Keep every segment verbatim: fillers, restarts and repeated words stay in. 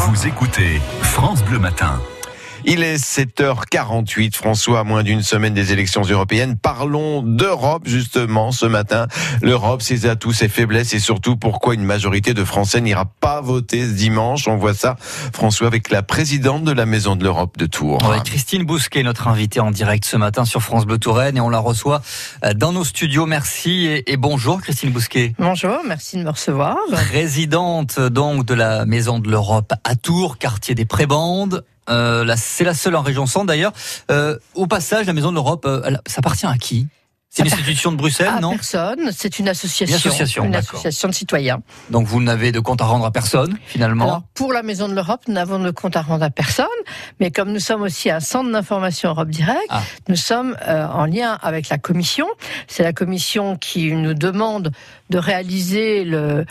Vous écoutez France Bleu Matin. Il est sept heures quarante-huit, François, à moins d'une semaine des élections européennes. Parlons d'Europe, justement, ce matin. L'Europe, ses atouts, ses faiblesses et surtout pourquoi une majorité de Français n'ira pas voter ce dimanche. On voit ça, François, avec la présidente de la Maison de l'Europe de Tours. Oui, Christine Bousquet, notre invitée en direct ce matin sur France Bleu Touraine, et on la reçoit dans nos studios. Merci et, et bonjour Christine Bousquet. Bonjour, merci de me recevoir. Présidente donc de la Maison de l'Europe à Tours, quartier des Prébendes. Euh, là, c'est la seule en région centre d'ailleurs. Euh, au passage, la Maison de l'Europe, euh, ça appartient à qui ? C'est une institution de Bruxelles, à non ? Personne, c'est une association. Une association, une d'accord. association de citoyens. Donc vous n'avez de compte à rendre à personne, finalement ? Alors, pour la Maison de l'Europe, nous n'avons de compte à rendre à personne, mais comme nous sommes aussi un centre d'information Europe Direct, ah. nous sommes euh, en lien avec la Commission. C'est la Commission qui nous demande de réaliser le...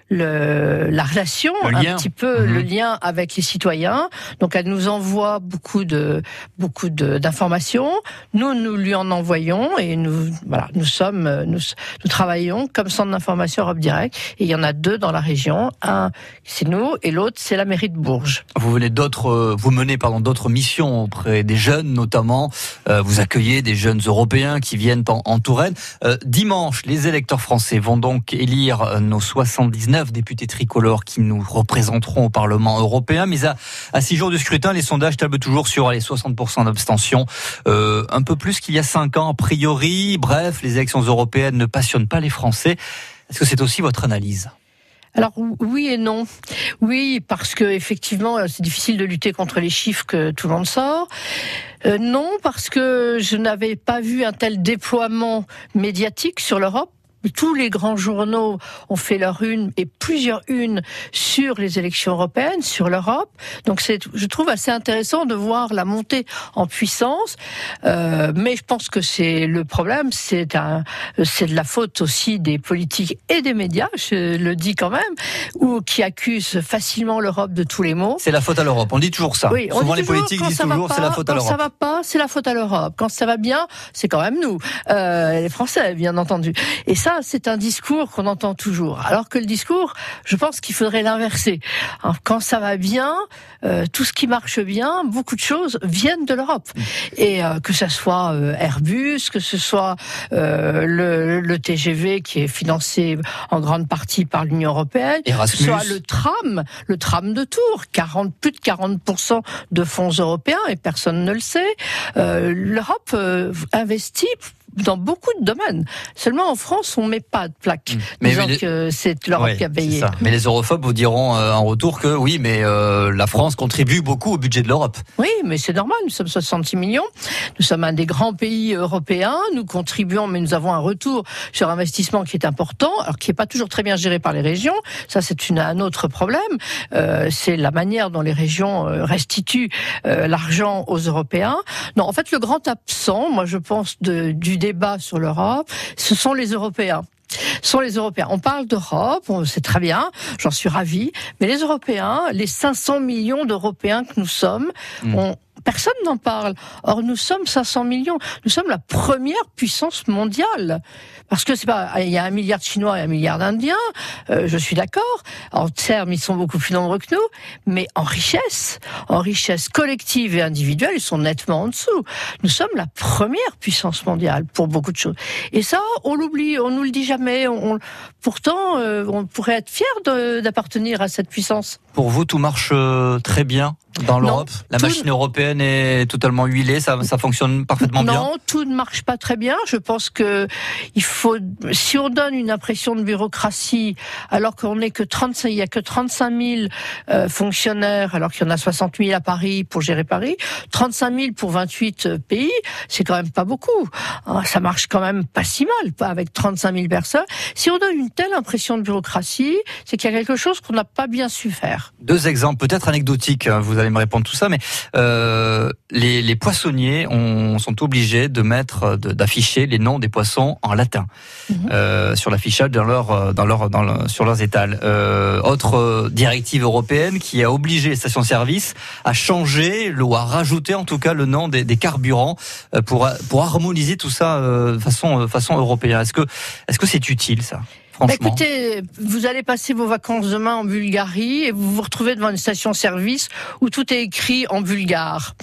Le, la relation, le un lien. petit peu mmh. le lien avec les citoyens. Donc elle nous envoie beaucoup de beaucoup de, d'informations. Nous nous lui en envoyons et nous voilà nous sommes nous, nous travaillons comme centre d'information Europe Direct. Et il y en a deux dans la région. Un c'est nous et l'autre c'est la mairie de Bourges. Vous venez d'autres vous menez pardon d'autres missions auprès des jeunes notamment. Euh, vous accueillez des jeunes européens qui viennent en, en Touraine. Euh, dimanche, les électeurs français vont donc élire nos soixante-dix-neuf députés tricolores qui nous représenteront au Parlement européen. Mais à, à six jours du scrutin, les sondages tablent toujours sur les soixante pour cent d'abstention. Euh, un peu plus qu'il y a cinq ans, a priori. Bref, les élections européennes ne passionnent pas les Français. Est-ce que c'est aussi votre analyse ? Alors oui et non. Oui, parce que effectivement, c'est difficile de lutter contre les chiffres que tout le monde sort. Euh, non, parce que je n'avais pas vu un tel déploiement médiatique sur l'Europe. Tous les grands journaux ont fait leur une et plusieurs unes sur les élections européennes, sur l'Europe. Donc c'est, je trouve assez intéressant de voir la montée en puissance. Euh, mais je pense que c'est le problème, c'est un, c'est de la faute aussi des politiques et des médias, je le dis quand même, ou qui accusent facilement l'Europe de tous les maux. C'est la faute à l'Europe. On dit toujours ça. Oui, Souvent dit les politiques disent toujours pas, c'est la faute à l'Europe. Quand ça va pas, c'est la faute à l'Europe. Quand ça va bien, c'est quand même nous, euh, les Français, bien entendu. Et ça, c'est un discours qu'on entend toujours. Alors que le discours, je pense qu'il faudrait l'inverser. Alors, quand ça va bien, euh, tout ce qui marche bien, beaucoup de choses viennent de l'Europe. Et euh, que ça soit euh, Airbus, que ce soit euh, le, le T G V qui est financé en grande partie par l'Union européenne, Erasmus. que ce soit le tram, le tram de Tours, quarante, plus de quarante pour cent de fonds européens et personne ne le sait. Euh, L'Europe euh, investit dans beaucoup de domaines. Seulement en France, on met pas de plaque mais disant mais les... que c'est l'Europe oui, qui a payé. Mais les europhobes vous diront euh, en retour que oui, mais euh, la France contribue beaucoup au budget de l'Europe. Oui, mais c'est normal. Nous sommes soixante-six millions. Nous sommes un des grands pays européens. Nous contribuons, mais nous avons un retour sur investissement qui est important, alors qui est pas toujours très bien géré par les régions. Ça, c'est une, un autre problème. Euh, c'est la manière dont les régions restituent euh, l'argent aux Européens. Non, en fait, le grand absent, moi, je pense de, du débat sur l'Europe, ce sont les Européens. Ce sont les Européens. On parle d'Europe, c'est très bien, j'en suis ravie, mais les Européens, les cinq cents millions d'Européens que nous sommes, mmh. on personne n'en parle. Or, nous sommes cinq cents millions. Nous sommes la première puissance mondiale. Parce que c'est pas, il y a un milliard de Chinois et un milliard d'Indiens, euh, je suis d'accord. En termes, ils sont beaucoup plus nombreux que nous. Mais en richesse, en richesse collective et individuelle, ils sont nettement en dessous. Nous sommes la première puissance mondiale pour beaucoup de choses. Et ça, on l'oublie, on nous le dit jamais. On, on, pourtant, euh, on pourrait être fiers de, d'appartenir à cette puissance. Pour vous, tout marche euh, très bien dans l'Europe ? Non, La machine ne... européenne est totalement huilée, ça, ça fonctionne parfaitement non, bien ? Non, tout ne marche pas très bien. Je pense que il faut, si on donne une impression de bureaucratie, alors qu'on n'est que trente-cinq, il y a que trente-cinq mille euh, fonctionnaires, alors qu'il y en a soixante mille à Paris pour gérer Paris, trente-cinq mille pour vingt-huit pays, c'est quand même pas beaucoup. Ça marche quand même pas si mal, pas avec trente-cinq mille personnes. Si on donne une telle impression de bureaucratie, c'est qu'il y a quelque chose qu'on n'a pas bien su faire. Deux exemples, peut-être anecdotiques, vous allez me répondre tout ça, mais euh, les, les poissonniers ont, sont obligés de mettre, de, d'afficher les noms des poissons en latin mmh. euh, sur l'affichage dans leur, dans leur, dans leur, sur leurs étals. Euh, autre directive européenne qui a obligé les stations-service à changer ou à rajouter en tout cas le nom des, des carburants pour, pour harmoniser tout ça euh, façon, façon européenne. Est-ce que, est-ce que c'est utile ça ? franchement. Bah écoutez, vous allez passer vos vacances demain en Bulgarie et vous vous retrouvez devant une station-service où tout est écrit en bulgare.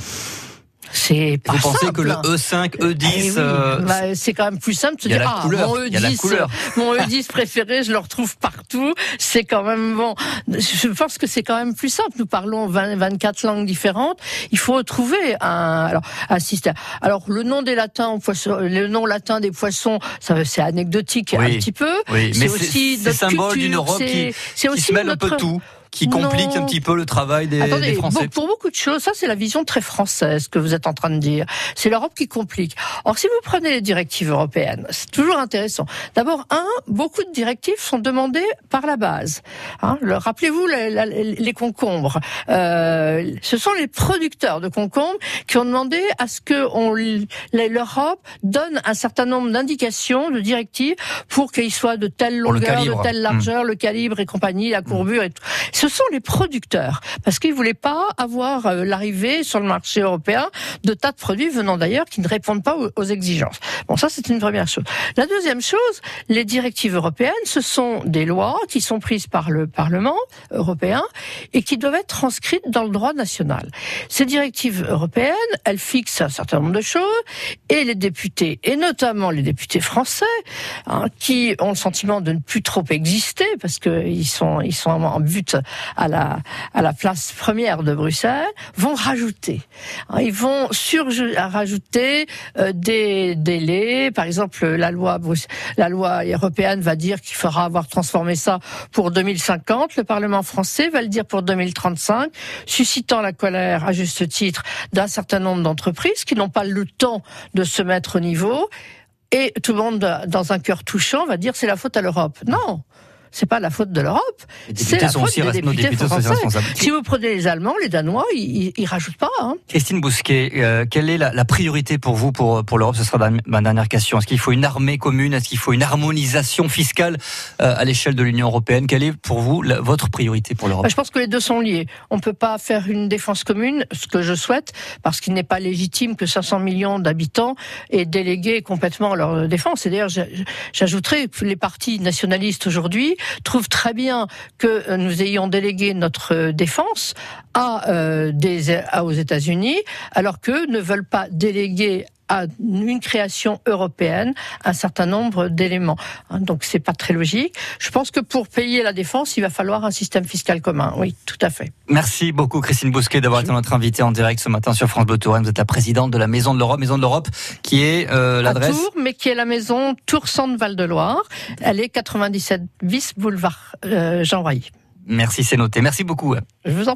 C'est pas Vous pensez simple. que le E cinq, E dix, Eh oui, euh, bah, c'est quand même plus simple de se il y a dire la ah couleur, mon E il y a la dix, couleur. mon E dix préféré, je le retrouve partout. C'est quand même bon. Je pense que c'est quand même plus simple. Nous parlons vingt, vingt-quatre langues différentes. Il faut trouver un alors un système. Alors le nom des latins aux poissons, le nom latin des poissons, ça c'est anecdotique Oui. un petit peu. Oui, mais c'est aussi c'est notre symbole culture, d'une Europe c'est, qui, c'est qui aussi se mêle notre... un peu tout, qui complique Non. un petit peu le travail des, Attendez, des Français. bon, pour beaucoup de choses, ça c'est la vision très française que vous êtes en train de dire. C'est l'Europe qui complique. Or, si vous prenez les directives européennes, c'est toujours intéressant. D'abord, un, beaucoup de directives sont demandées par la base. Hein, le, rappelez-vous les, les, les concombres. Euh, ce sont les producteurs de concombres qui ont demandé à ce que on, l'Europe donne un certain nombre d'indications, de directives, pour qu'ils soient de telle Pour le longueur, de calibre. telle largeur, mmh. le calibre et compagnie, la courbure et tout. Ce sont les producteurs, parce qu'ils voulaient pas avoir euh, l'arrivée sur le marché européen de tas de produits venant d'ailleurs qui ne répondent pas aux, aux exigences. Bon, ça c'est une première chose. La deuxième chose, les directives européennes, ce sont des lois qui sont prises par le Parlement européen et qui doivent être transcrites dans le droit national. Ces directives européennes, elles fixent un certain nombre de choses et les députés, et notamment les députés français, hein, qui ont le sentiment de ne plus trop exister parce qu'ils sont ils sont en but à la à la place première de Bruxelles, vont rajouter. Ils vont sur rajouter euh, des délais. Par exemple, la loi la loi européenne va dire qu'il faudra avoir transformé ça pour deux mille cinquante. Le Parlement français va le dire pour deux mille trente-cinq, suscitant la colère à juste titre d'un certain nombre d'entreprises qui n'ont pas le temps de se mettre au niveau. Et tout le monde, dans un cœur touchant, va dire c'est la faute à l'Europe. Non, c'est pas la faute de l'Europe, c'est la faute des députés français. Si vous prenez les Allemands, les Danois, ils, ils rajoutent pas. Hein. Christine Bousquet, euh, quelle est la, la priorité pour vous, pour, pour l'Europe? Ce sera ma dernière question. Est-ce qu'il faut une armée commune? Est-ce qu'il faut une harmonisation fiscale euh, à l'échelle de l'Union européenne? Quelle est pour vous la, votre priorité pour l'Europe? Je pense que les deux sont liés. On ne peut pas faire une défense commune, ce que je souhaite, parce qu'il n'est pas légitime que cinq cents millions d'habitants aient délégué complètement leur défense. Et d'ailleurs, j'ajouterais que les partis nationalistes aujourd'hui trouvent très bien que nous ayons délégué notre défense à, euh, des, à aux États-Unis, alors qu'eux ne veulent pas déléguer à une création européenne un certain nombre d'éléments. Donc c'est pas très logique. Je pense que pour payer la défense, il va falloir un système fiscal commun. Oui, tout à fait. Merci beaucoup Christine Bousquet d'avoir été notre invitée en direct ce matin sur France Bleu Touraine. Vous êtes la présidente de la Maison de l'Europe, Maison de l'Europe qui est euh, l'adresse. À Tours, mais qui est la maison Tours-Centre-Val-de-Loire. Elle est quatre-vingt-dix-sept bis boulevard euh, Jean Royer. Merci, c'est noté. Merci beaucoup. Je vous en